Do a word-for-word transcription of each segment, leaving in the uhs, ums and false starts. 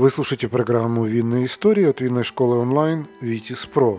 Вы слушаете программу «Винные истории» от винной школы онлайн «Витис Про».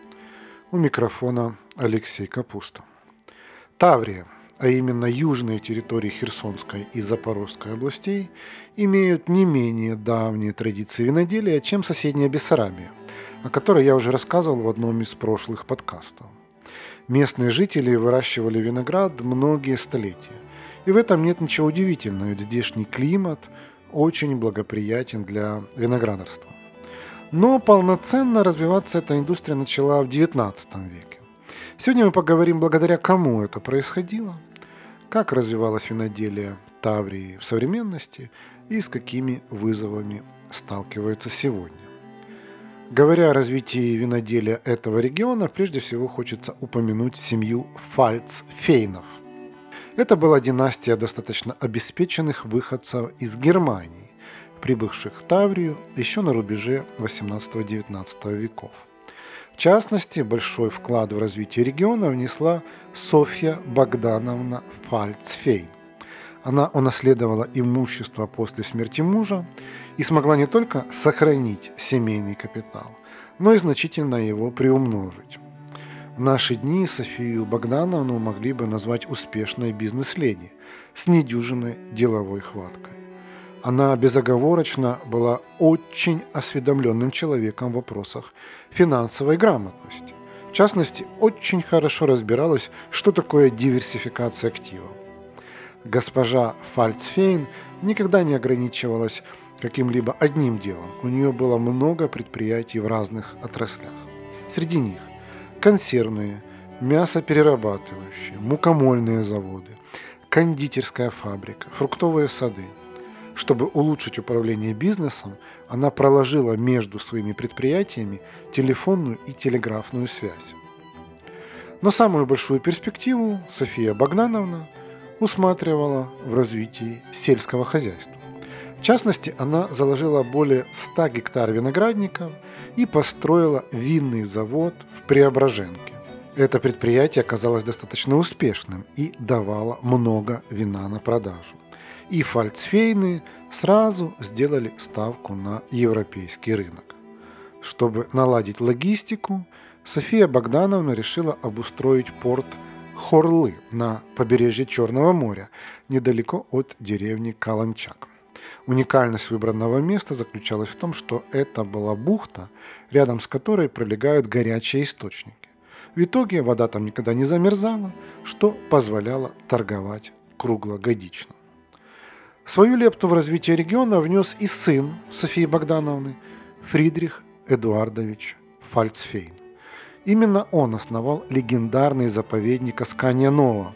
У микрофона Алексей Капуста. Таврия, а именно южные территории Херсонской и Запорожской областей, имеют не менее давние традиции виноделия, чем соседняя Бессарабия, о которой я уже рассказывал в одном из прошлых подкастов. Местные жители выращивали виноград многие столетия. И в этом нет ничего удивительного, ведь здешний климат очень благоприятен для виноградарства. Но полноценно развиваться эта индустрия начала в девятнадцатом веке. Сегодня мы поговорим, благодаря кому это происходило, как развивалось виноделие Таврии в современности и с какими вызовами сталкивается сегодня. Говоря о развитии виноделия этого региона, прежде всего хочется упомянуть семью Пфальц-Фейнов. Это была династия достаточно обеспеченных выходцев из Германии, прибывших в Таврию еще на рубеже восемнадцатого-девятнадцатого веков. В частности, большой вклад в развитие региона внесла Софья Богдановна Пфальц-Фейн. Она унаследовала имущество после смерти мужа и смогла не только сохранить семейный капитал, но и значительно его приумножить. В наши дни Софию Богдановну могли бы назвать успешной бизнес-леди с недюжинной деловой хваткой. Она безоговорочно была очень осведомленным человеком в вопросах финансовой грамотности. В частности, очень хорошо разбиралась, что такое диверсификация активов. Госпожа Пфальц-Фейн никогда не ограничивалась каким-либо одним делом. У нее было много предприятий в разных отраслях. Среди них консервные, мясоперерабатывающие, мукомольные заводы, кондитерская фабрика, фруктовые сады. Чтобы улучшить управление бизнесом, она проложила между своими предприятиями телефонную и телеграфную связь. Но самую большую перспективу София Богдановна усматривала в развитии сельского хозяйства. В частности, она заложила более ста гектар виноградников и построила винный завод в Преображенке. Это предприятие оказалось достаточно успешным и давало много вина на продажу. И Пфальц-Фейны сразу сделали ставку на европейский рынок. Чтобы наладить логистику, София Богдановна решила обустроить порт Хорлы на побережье Черного моря, недалеко от деревни Каланчак. Уникальность выбранного места заключалась в том, что это была бухта, рядом с которой пролегают горячие источники. В итоге вода там никогда не замерзала, что позволяло торговать круглогодично. Свою лепту в развитие региона внес и сын Софии Богдановны, Фридрих Эдуардович Пфальц-Фейн. Именно он основал легендарный заповедник Асканья-Нова,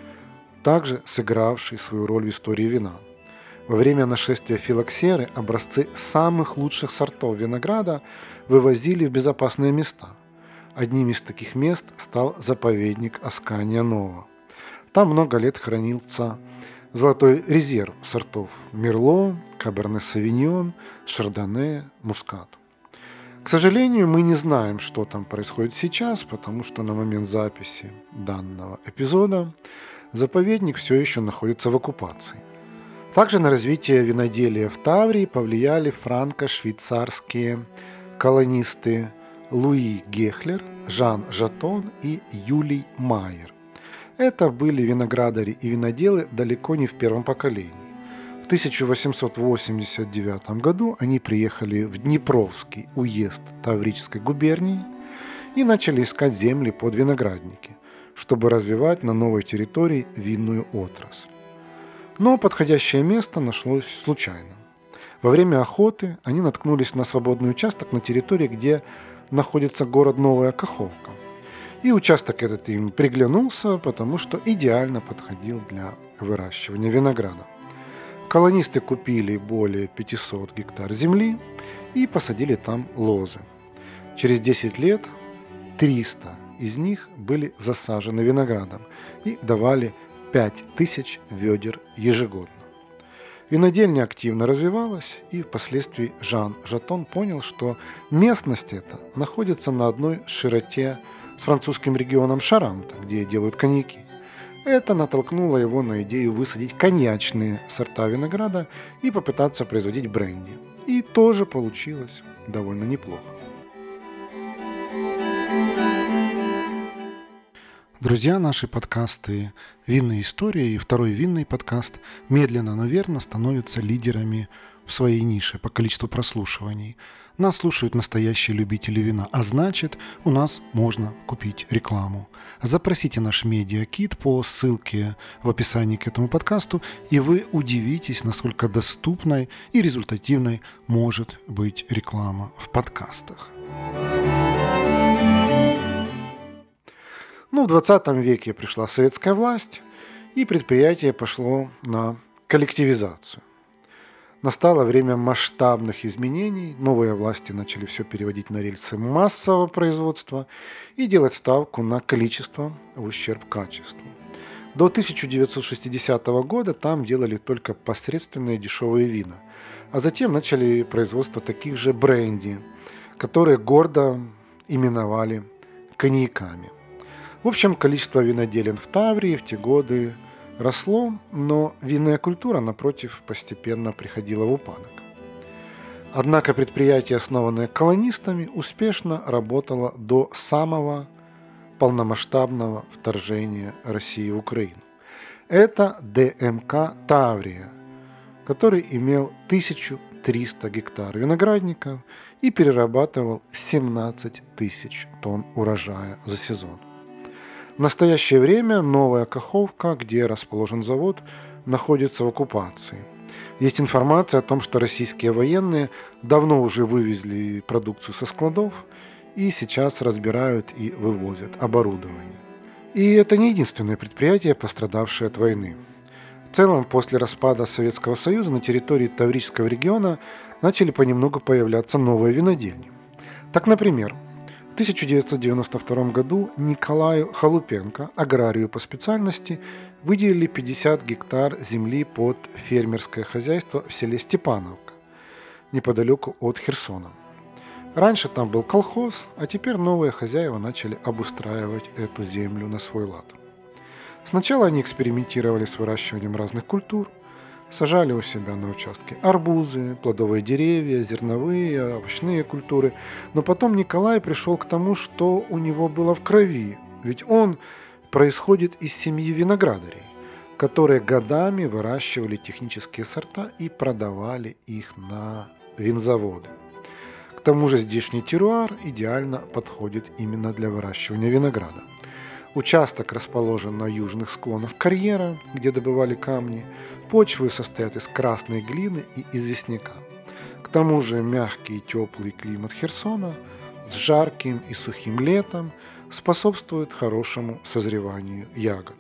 также сыгравший свою роль в истории вина. Во время нашествия филоксеры образцы самых лучших сортов винограда вывозили в безопасные места. Одним из таких мест стал заповедник Асканья-Нова. Там много лет хранился золотой резерв сортов Мерло, Каберне-Савиньон, Шардоне, Мускат. К сожалению, мы не знаем, что там происходит сейчас, потому что на момент записи данного эпизода заповедник все еще находится в оккупации. Также на развитие виноделия в Таврии повлияли франко-швейцарские колонисты Луи Гехлер, Жан Жатон и Юлий Майер. Это были виноградари и виноделы далеко не в первом поколении. В тысяча восемьсот восемьдесят девятом году они приехали в Днепровский уезд Таврической губернии и начали искать земли под виноградники, чтобы развивать на новой территории винную отрасль. Но подходящее место нашлось случайно. Во время охоты они наткнулись на свободный участок на территории, где находится город Новая Каховка. И участок этот им приглянулся, потому что идеально подходил для выращивания винограда. Колонисты купили более пятьсот гектар земли и посадили там лозы. Через десять лет триста из них были засажены виноградом и давали пять тысяч ведер ежегодно. Винодельня активно развивалась, и впоследствии Жан Жатон понял, что местность эта находится на одной широте с французским регионом Шаранта, где делают коньяки. Это натолкнуло его на идею высадить коньячные сорта винограда и попытаться производить бренди. И тоже получилось довольно неплохо. Друзья, наши подкасты «Винные истории» и второй винный подкаст медленно, но верно становятся лидерами в своей нише по количеству прослушиваний. Нас слушают настоящие любители вина, а значит, у нас можно купить рекламу. Запросите наш медиакит по ссылке в описании к этому подкасту, и вы удивитесь, насколько доступной и результативной может быть реклама в подкастах. Ну, в двадцатом веке пришла советская власть, и предприятие пошло на коллективизацию. Настало время масштабных изменений, новые власти начали все переводить на рельсы массового производства и делать ставку на количество в ущерб качеству. До тысяча девятьсот шестидесятого года там делали только посредственные дешевые вина, а затем начали производство таких же бренди, которые гордо именовали коньяками. В общем, количество виноделин в Таврии в те годы росло, но винная культура, напротив, постепенно приходила в упадок. Однако предприятие, основанное колонистами, успешно работало до самого полномасштабного вторжения России в Украину. Это ДМК «Таврия», который имел тысячу триста гектар виноградников и перерабатывал семнадцать тысяч тонн урожая за сезон. В настоящее время Новая Каховка, где расположен завод, находится в оккупации. Есть информация о том, что российские военные давно уже вывезли продукцию со складов и сейчас разбирают и вывозят оборудование. И это не единственное предприятие, пострадавшее от войны. В целом, после распада Советского Союза на территории Таврического региона начали понемногу появляться новые винодельни. Так, например, в тысяча девятьсот девяносто втором году Николаю Халупенко, аграрию по специальности, выделили пятьдесят гектар земли под фермерское хозяйство в селе Степановка, неподалеку от Херсона. Раньше там был колхоз, а теперь новые хозяева начали обустраивать эту землю на свой лад. Сначала они экспериментировали с выращиванием разных культур, сажали у себя на участке арбузы, плодовые деревья, зерновые, овощные культуры. Но потом Николай пришел к тому, что у него было в крови, ведь он происходит из семьи виноградарей, которые годами выращивали технические сорта и продавали их на винзаводы. К тому же здешний теруар идеально подходит именно для выращивания винограда. Участок расположен на южных склонах карьера, где добывали камни. Почвы состоят из красной глины и известняка. К тому же мягкий и теплый климат Херсона с жарким и сухим летом способствует хорошему созреванию ягод.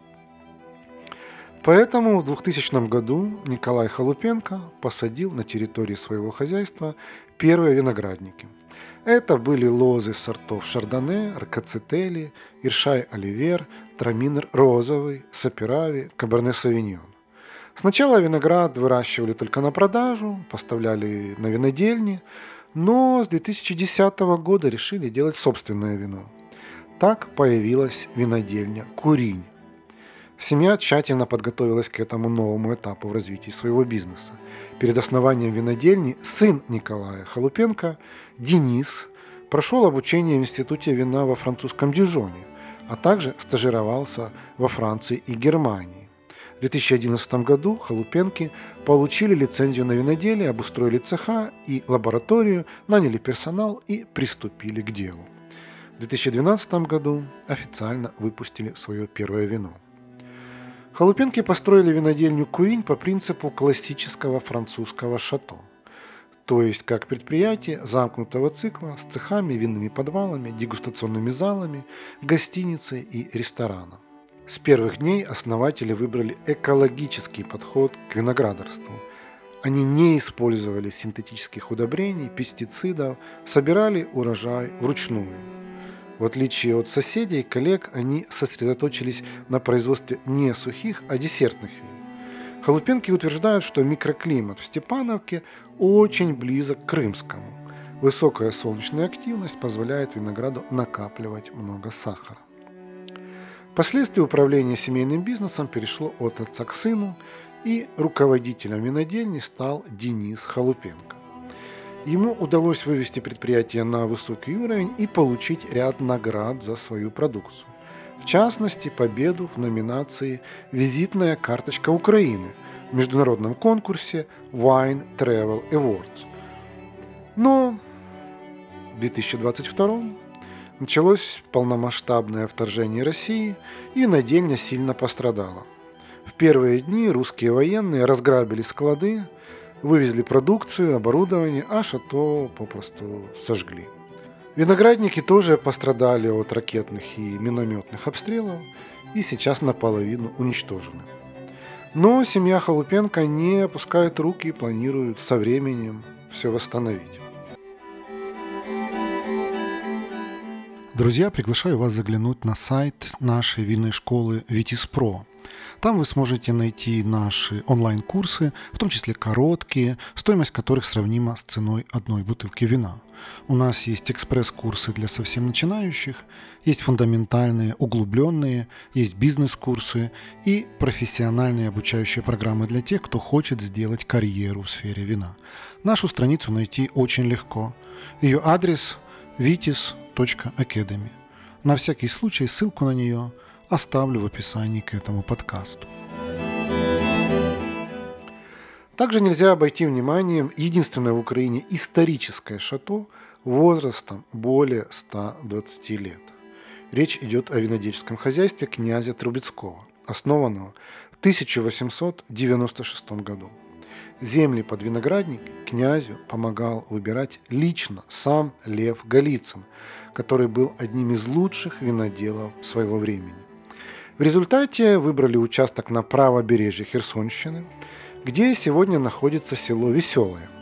Поэтому в двухтысячном году Николай Халупенко посадил на территории своего хозяйства первые виноградники. Это были лозы сортов Шардоне, Ркацетели, Иршай-Оливер, Траминер розовый, Саперави, Каберне-Савиньон. Сначала виноград выращивали только на продажу, поставляли на винодельни, но с две тысячи десятого года решили делать собственное вино. Так появилась винодельня «Куринь». Семья тщательно подготовилась к этому новому этапу в развитии своего бизнеса. Перед основанием винодельни сын Николая Халупенко, Денис, прошел обучение в Институте вина во французском Дижоне, а также стажировался во Франции и Германии. В две тысячи одиннадцатом году Халупенки получили лицензию на виноделие, обустроили цеха и лабораторию, наняли персонал и приступили к делу. В две тысячи двенадцатом году официально выпустили свое первое вино. Халупенки построили винодельню «Куринь» по принципу классического французского шато, то есть как предприятие замкнутого цикла с цехами, винными подвалами, дегустационными залами, гостиницей и рестораном. С первых дней основатели выбрали экологический подход к виноградарству. Они не использовали синтетических удобрений, пестицидов, собирали урожай вручную. В отличие от соседей и коллег, они сосредоточились на производстве не сухих, а десертных вин. Халупенки утверждают, что микроклимат в Степановке очень близок к крымскому. Высокая солнечная активность позволяет винограду накапливать много сахара. Впоследствии управление семейным бизнесом перешло от отца к сыну, и руководителем винодельни стал Денис Халупенко. Ему удалось вывести предприятие на высокий уровень и получить ряд наград за свою продукцию. В частности, победу в номинации «Визитная карточка Украины» в международном конкурсе Wine Travel Awards. Но в две тысячи двадцать втором началось полномасштабное вторжение России, и винодельня сильно пострадала. В первые дни русские военные разграбили склады, вывезли продукцию, оборудование, а шато попросту сожгли. Виноградники тоже пострадали от ракетных и минометных обстрелов и сейчас наполовину уничтожены. Но семья Холупенко не опускает руки и планирует со временем все восстановить. Друзья, приглашаю вас заглянуть на сайт нашей винной школы Витис.Про. Там вы сможете найти наши онлайн-курсы, в том числе короткие, стоимость которых сравнима с ценой одной бутылки вина. У нас есть экспресс-курсы для совсем начинающих, есть фундаментальные, углубленные, есть бизнес-курсы и профессиональные обучающие программы для тех, кто хочет сделать карьеру в сфере вина. Нашу страницу найти очень легко. Ее адрес vitis точка academy. На всякий случай ссылку на нее оставлю в описании к этому подкасту. Также нельзя обойти вниманием единственное в Украине историческое шато возрастом более ста двадцати лет. Речь идет о винодельческом хозяйстве князя Трубецкого, основанного в тысяча восемьсот девяносто шестом году. Земли под виноградник князю помогал выбирать лично сам Лев Голицын, который был одним из лучших виноделов своего времени. В результате выбрали участок на правобережье Херсонщины, где сегодня находится село Веселое.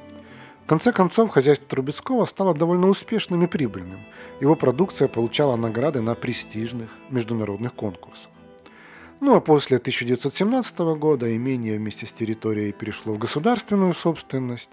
В конце концов, хозяйство Трубецкого стало довольно успешным и прибыльным. Его продукция получала награды на престижных международных конкурсах. Ну а после тысяча девятьсот семнадцатого года имение вместе с территорией перешло в государственную собственность,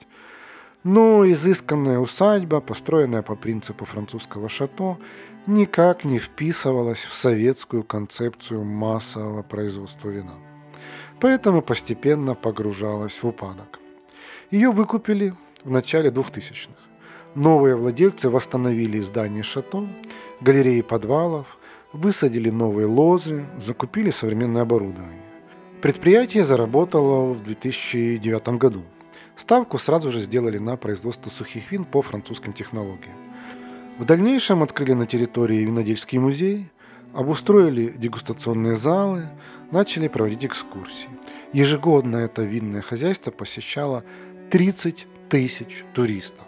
но изысканная усадьба, построенная по принципу французского шато, никак не вписывалась в советскую концепцию массового производства вина. Поэтому постепенно погружалась в упадок. Ее выкупили в начале двухтысячных. Новые владельцы восстановили здание шато, галереи подвалов, высадили новые лозы, закупили современное оборудование. Предприятие заработало в две тысячи девятом году. Ставку сразу же сделали на производство сухих вин по французским технологиям. В дальнейшем открыли на территории винодельский музей, обустроили дегустационные залы, начали проводить экскурсии. Ежегодно это винное хозяйство посещало тридцать тысяч туристов.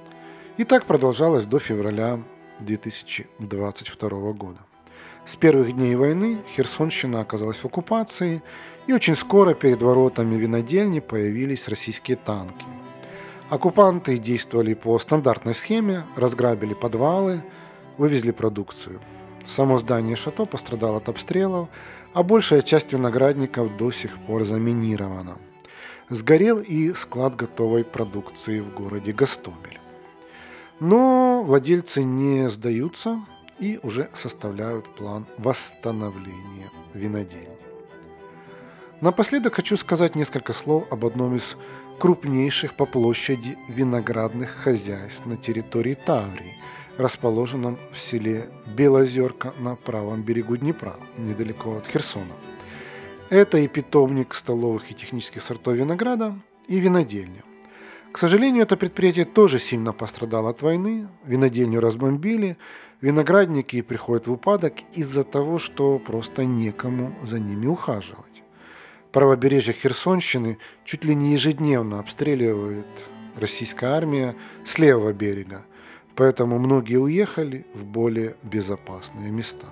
И так продолжалось до февраля две тысячи двадцать второго года. С первых дней войны Херсонщина оказалась в оккупации, и очень скоро перед воротами винодельни появились российские танки. Оккупанты действовали по стандартной схеме, разграбили подвалы, вывезли продукцию. Само здание шато пострадало от обстрелов, а большая часть виноградников до сих пор заминирована. Сгорел и склад готовой продукции в городе Гостомель. Но владельцы не сдаются и уже составляют план восстановления винодельни. Напоследок хочу сказать несколько слов об одном из крупнейших по площади виноградных хозяйств на территории Таврии, расположенном в селе Белозерка на правом берегу Днепра, недалеко от Херсона. Это и питомник столовых и технических сортов винограда, и винодельня. К сожалению, это предприятие тоже сильно пострадало от войны, винодельню разбомбили, виноградники приходят в упадок из-за того, что просто некому за ними ухаживать. Правобережье Херсонщины чуть ли не ежедневно обстреливает российская армия с левого берега, поэтому многие уехали в более безопасные места.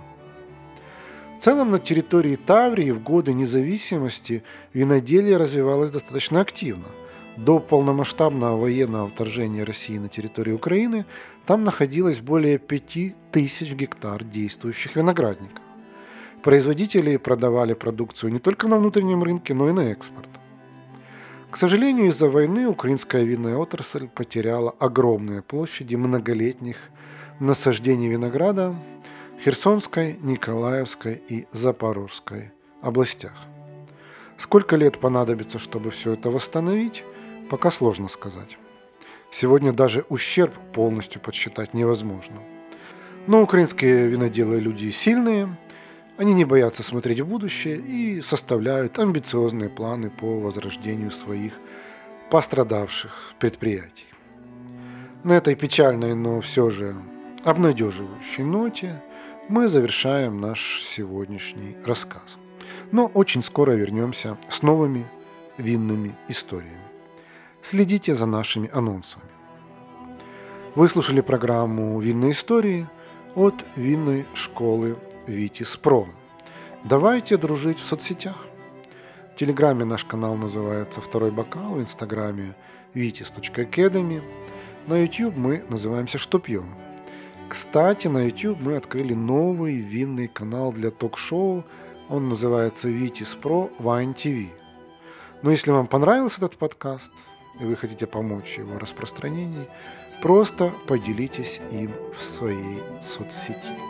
В целом на территории Таврии в годы независимости виноделие развивалось достаточно активно. До полномасштабного военного вторжения России на территорию Украины там находилось более пяти тысяч гектар действующих виноградников. Производители продавали продукцию не только на внутреннем рынке, но и на экспорт. К сожалению, из-за войны украинская винная отрасль потеряла огромные площади многолетних насаждений винограда в Херсонской, Николаевской и Запорожской областях. Сколько лет понадобится, чтобы все это восстановить, пока сложно сказать. Сегодня даже ущерб полностью подсчитать невозможно. Но украинские виноделы люди сильные, они не боятся смотреть в будущее и составляют амбициозные планы по возрождению своих пострадавших предприятий. На этой печальной, но все же обнадеживающей ноте мы завершаем наш сегодняшний рассказ. Но очень скоро вернемся с новыми винными историями. Следите за нашими анонсами. Вы слушали программу «Винные истории» от винной школы Витис Про. Давайте дружить в соцсетях. В Телеграме наш канал называется «Второй бокал», в Инстаграме витис точка академи. На YouTube мы называемся «Что пьем?». Кстати, на YouTube мы открыли новый винный канал для ток-шоу. Он называется Витис Про Wine ти ви. Но если вам понравился этот подкаст, и вы хотите помочь его распространению, просто поделитесь им в своей соцсети.